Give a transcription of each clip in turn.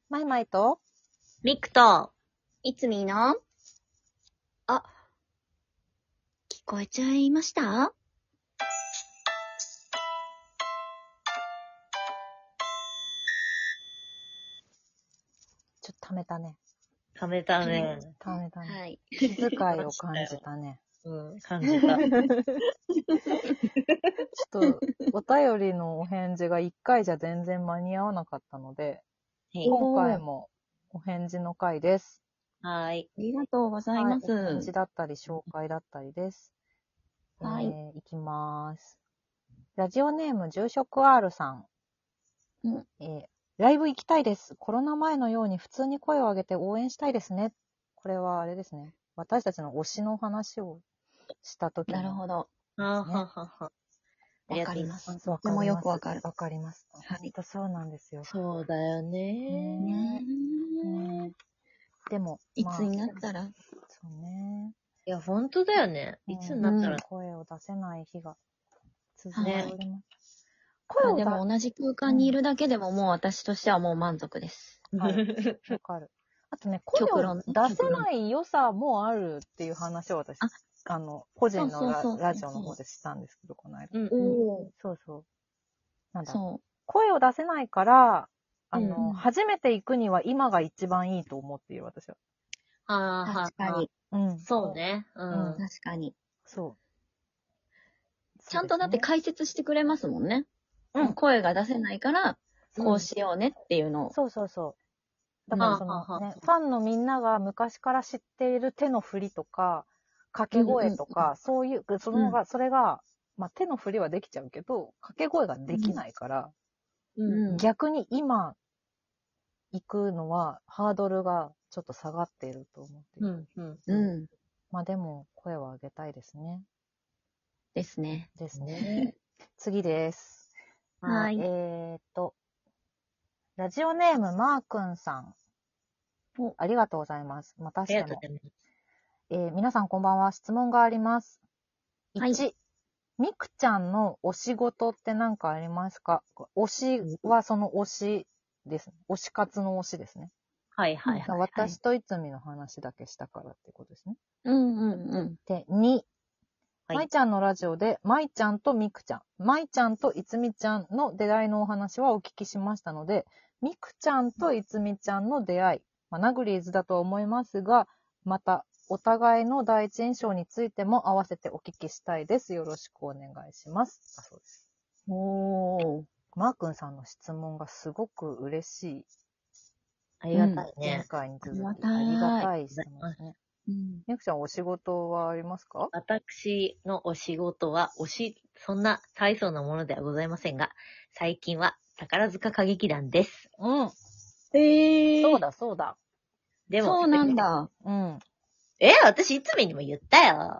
マイマイとミクと、 いつみのあ、聞こえちゃいました？ ちょっとためたね。 ためたね。 ためたね。 はい。 気遣いを感じたね。 うん、感じた。 ちょっと、お便りのお返事が1回じゃ全然間に合わなかったので、今回もお返事の回です。 はい。 ありがとうございます。 はい、お返事だったり、紹介だったりです。 はい。 いきます。ラジオネーム住職 R さん。ライブ行きたいです。コロナ前のように普通に声を上げて応援したいですね。これはあれですね。私たちの推しの話をしたときの、 なるほど。 はははは。 わかります。 とてもよくわかる。 わかります。 はい。 そうなんですよ。 そうだよね。 ねでも、 いつになったら、 そうね。 いや、ほんとだよね。いつになったら。 声を出せない日が続いております。 でも同じ空間にいるだけでももう私としてはもう満足です。 はい。わかる。あとね、声を出せない良さもあるっていう話を私、個人のラジオの方でしたんですけど、この間。そうそう。なんだろう。声を出せないから、初めて行くには今が一番いいと思っている、私は。 確かに。 そうね。 確かに。 そう。 ちゃんとだって解説してくれますもんね。声が出せないから、こうしようねっていうのを。 そうそうそう。だからそのね、ファンのみんなが昔から知っている手の振りとか、掛け声とか、そういう、それが、まあ、手の振りはできちゃうけど、掛け声ができないから、逆に今行くのはハードルがちょっと下がっていると思っている。まあでも、声を上げたいですね。 ですね。 次です。 はい。 ラジオネームマーくんさん。ありがとうございます。またしても。皆さんこんばんは。質問があります。1、みくちゃんのお仕事って何かありますか？推しはその推しですね。推し活の推しですね。 はいはいはい。 私といつみの話だけしたからってことですね。で、2、まいちゃんのラジオで、まいちゃんとみくちゃん、まいちゃんといつみちゃんの出会いのお話はお聞きしましたので、みくちゃんといつみちゃんの出会い、ナグリーズだとは思いますが、また、お互いの第一印象についても合わせてお聞きしたいです。よろしくお願いします。そうです。マー君さんの質問がすごく嬉しい。 ありがたいね。 前回に続き、ありがたい質問ですね。みくちゃん、お仕事はありますか？ 私のお仕事は、そんな大層なものではございませんが、最近は宝塚歌劇団です。 そうだ、そうだ。 でも、そうなんだ。 私いつみにも言ったよ。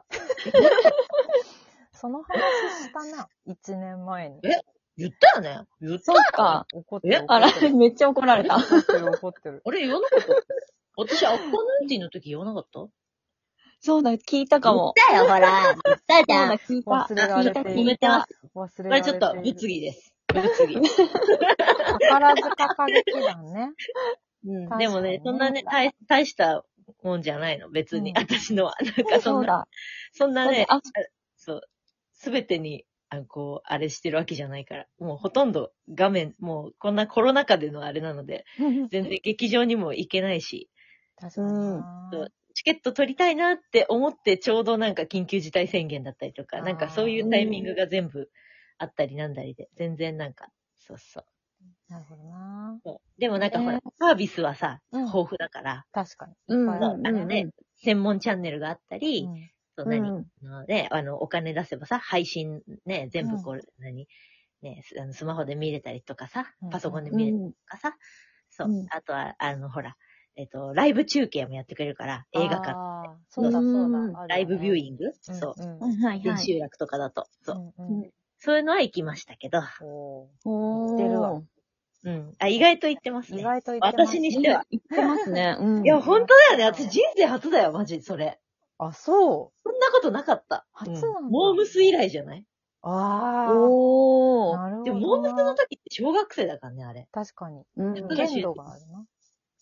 その話したな、1年前に。 言ったよね。言ったよ。 そうか。 怒ってる。 あら、めっちゃ怒られた。 怒ってる。 あれ、言わなかった私、アッパーナイティの時言わなかった？ そうだ、聞いたかも。 言ったよ、ほら。言ったじゃん。 聞いた。 忘れられている。 聞いた。 忘れこれちょっと物議です。物議。 宝塚歌劇団ね。 でもね、そんなね、大したもんじゃないの、別に。私のは。なんかそんなね、そう、すべてに、あれしてるわけじゃないから。もうほとんど画面、もうこんなコロナ禍でのあれなので、全然劇場にも行けないし。 確かに。 チケット取りたいなって思ってちょうどなんか緊急事態宣言だったりとか、なんかそういうタイミングが全部あったりなんだりで、全然なんか、そうそう。 なるほどな。 でもなんかほら、サービスはさ、豊富だから。 確かに。 専門チャンネルがあったり、お金出せばさ、配信ね、全部スマホで見れたりとかさ、パソコンで見れたりとかさ、そう。あとは、ほら、ライブ中継もやってくれるから、映画館。 そうだ、そうだ。 ライブビューイングそう。千秋楽とかだと。そう。そういうのは行きましたけど。 行ってるわ。 意外と行ってますね。 意外と行ってます。 私にしては。 行ってますね。 いや、本当だよね。私人生初だよ、マジ、それ。 あ、そう。 そんなことなかった。 初なんだ。 モームス以来じゃない？ なるほど。 でも、モームスの時って小学生だからね、あれ。 確かに。 限度があるな。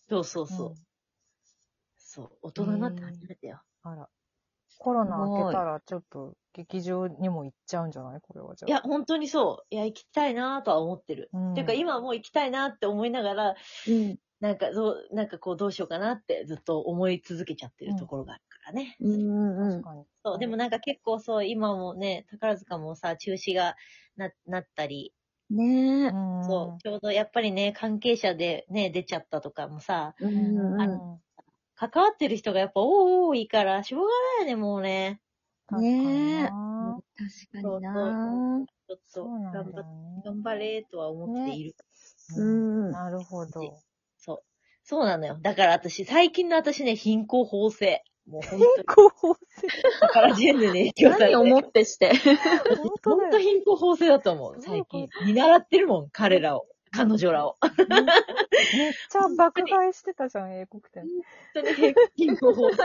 そうそうそう。 うんそう、大人になって初めてよ。 あら。コロナ明けたらちょっと劇場にも行っちゃうんじゃないこれはじゃあ。 いや、本当にそう。いや、行きたいなとは思ってる。っていうか、今はもう行きたいなって思いながら、なんかどうしようかなってずっと思い続けちゃってるところがあるからね。 確かに。 そう、でもなんか結構そう、今もね、宝塚もさ、中止がなったり。 ねえ。 そう、ちょうどやっぱりね、関係者でね、出ちゃったとかもさ、関わってる人がやっぱ多いから、しょうがないよね、もうね。 ねえ。確かにな。 ちょっと頑張れとは思っている。 なるほど。 そうなのよ。だから最近の私ね、貧困法制。もう本当に。 貧困法制宝ジェンヌに影響されて。 何をもってして。 本当貧困法制だと思う、最近。見習ってるもん、彼らを。彼女らを。 めっちゃ爆買いしてたじゃん、英国店。 本当に貧困法制。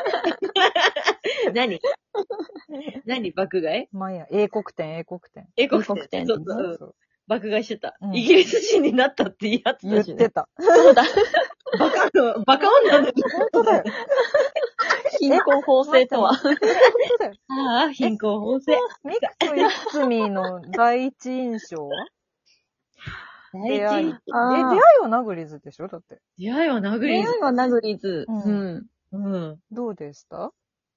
何爆買い？ まあいいや、英国店。 英国店。そう。爆買いしてた。 うんイギリス人になったって言い張ってたしね。 言ってた。 そうだ。 バカ女の本当だよ。 貧困法制とは。 本当だよ。 ああ、貧困法制。 ミックス・イッツミーの第一印象は出会いはナグリズでしょだって。 出会いはナグリズ。 出会いはナグリズ。 どうでした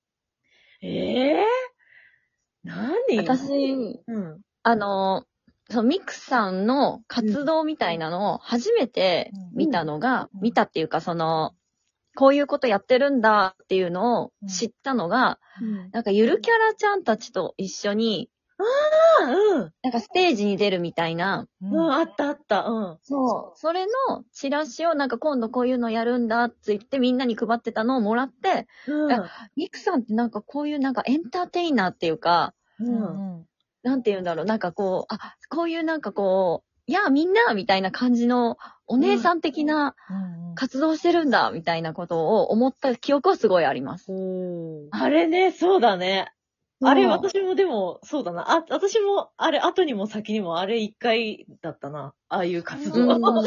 何私、そう、ミクさんの活動みたいなのを初めて見たのが、見たっていうかこういうことやってるんだっていうのを知ったのが、なんかゆるキャラちゃんたちと一緒に、なんかステージに出るみたいな。 あった。 そう。それのチラシをなんか今度こういうのやるんだって言ってみんなに配ってたのをもらって、ミクさんってなんかこういうなんかエンターテイナーっていうか、なんて言うんだろう、なんかこういうなんかこう、いやみんなみたいな感じのお姉さん的な活動してるんだみたいなことを思った記憶はすごいあります。 あれね、そうだね。あれ、私もでも、そうだな。私も、あれ、後にも先にも、あれ一回だったな。ああいう活動。 本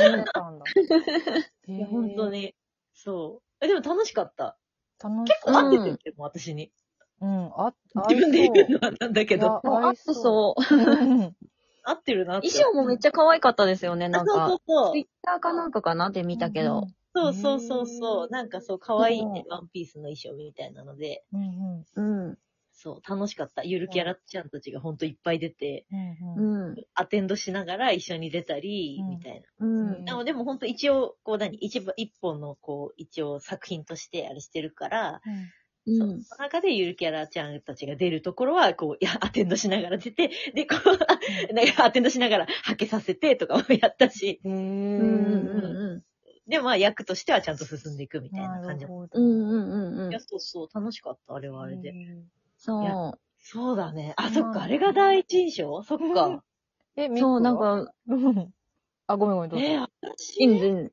当に。そう。でも楽しかった。 結構合ってて、私に。自分で言うのはなんだけど。 合ってそう。 合ってるなって。 衣装もめっちゃ可愛かったですよね、なんか。 そう。 ツイッターかなんかかなって見たけど。 そう。なんかそう、可愛いね、ワンピースの衣装みたいなので。そう、楽しかった。ゆるキャラちゃんたちがほんといっぱい出て、アテンドしながら一緒に出たり、みたいな。でもほんと一応、一本の一応作品としてあれしてるから、その中でゆるキャラちゃんたちが出るところは、アテンドしながら出て、で、なんかアテンドしながらはけさせてとかもやったし。で、まあ役としてはちゃんと進んでいくみたいな感じだった。いや、そう、楽しかった、あれはあれで。そうだね。あ、そっか、あれが第一印象？そっか。 そう、なんか、 ごめん、どうぞ。 全然。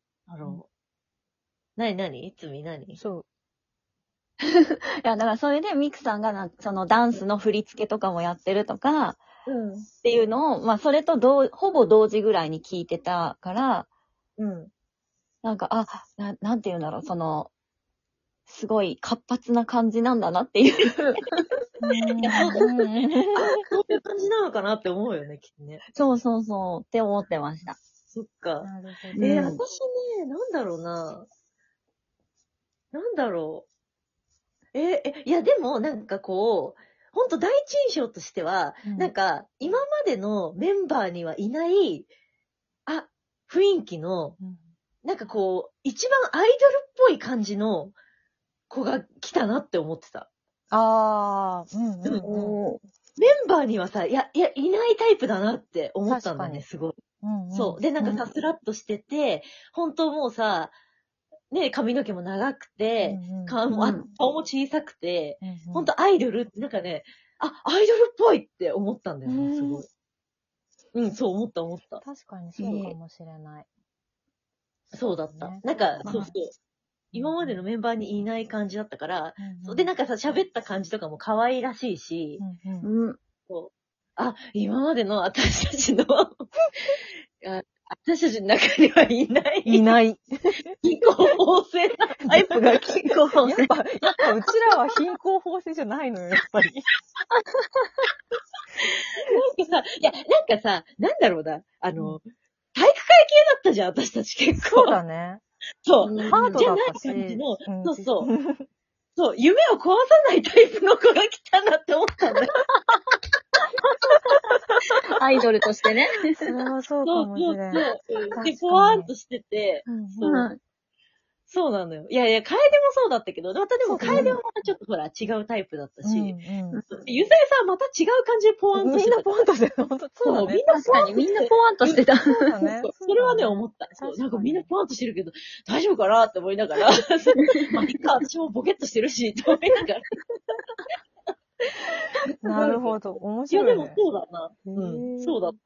何いつみ何？ そう。 いや、だからそれでミクさんがそのダンスの振り付けとかもやってるとか、っていうのを、まあそれとほぼ同時ぐらいに聞いてたから、なんか、なんて言うんだろう、すごい活発な感じなんだなっていう。 そういう感じなのかなって思うよね、きっとね。 そう、って思ってました。 そっか。私ね、なんだろうな。いや、でも、なんかほんと第一印象としては、なんか、今までのメンバーにはいない、雰囲気の、なんか一番アイドルっぽい感じの子が来たなって思ってた。メンバーにはさ、いないタイプだなって思ったんだね、すごい。そう。で、なんかさ、スラッとしてて、本当もうさ、ね、髪の毛も長くて、顔も小さくて、ほんとアイドルって、なんかね、アイドルっぽいって思ったんだよね、すごい。そう思った。 確かにそうかもしれない。 そうだった。なんか、そう。今までのメンバーにいない感じだったから、で、なんかさ、喋った感じとかも可愛らしいし、今までの私たちの私たちの中にはいない。 いない。 貧困法制なタイプが貧困法制。 やっぱうちらは貧困法制じゃないのよ、やっぱり。 なんかさ、なんだろうな、体育会系だったじゃん、私たち結構。 そうだね。 そう。 ハードだったし。 じゃない感じの、そうそう。そう、夢を壊さないタイプの子が来たなって思ったんだよ。 アイドルとしてね。 それはそうかもしれん。 そう。で、ぽわーんとしてて、そうなのよ。いやいや、楓もそうだったけど、またでも楓はまたちょっとほら違うタイプだったし、ゆさえさんはまた違う感じでポワンとしてた。 みんなポワンとしてた。本当そうだね。 確かにみんなポワンとしてた。 そうだね。 それはね、思った。なんかみんなポワンとしてるけど、大丈夫かなって思いながら、まあ、いっか、私もボケっとしてるし、と思いながら。 なるほど。面白い、ね。 いや、でもそうだな。そうだった。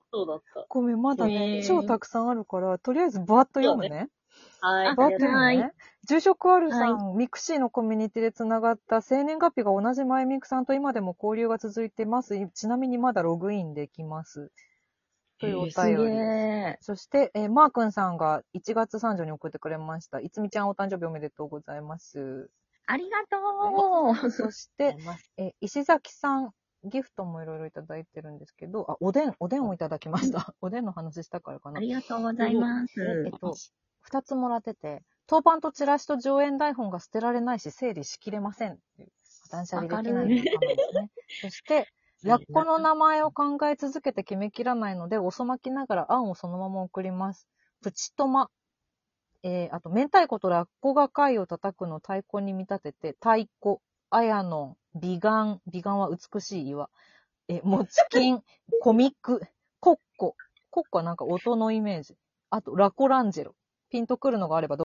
ごめん、まだね、超たくさんあるから、とりあえずバーッと読むね。 はい。 バーッと読むね。住職あるさん、ミクシーのコミュニティでつながった生年月日が同じマイミクさんと今でも交流が続いてます。ちなみにまだログインできます。というお便り。そして、マー君さんが1月30日に送ってくれました。いつみちゃんお誕生日おめでとうございます。 ありがとう。 そして、石崎さん、ギフトもいろいろいただいてるんですけど、おでんをいただきました。おでんの話したからかな。 ありがとうございます。 2つもらってて、当番とチラシと上演台本が捨てられないし、整理しきれません。断捨離できないのがですね。そして、ラッコの名前を考え続けて決めきらないので、遅まきながら案をそのまま送ります。プチトマ。あと、明太子とラッコが貝を叩くのを太鼓に見立てて、太鼓、アヤノン、美顔は美しい岩。もちきん、コミック、コッコはなんか音のイメージ。あと、ラコランジェロ。ピンとくるのがあれば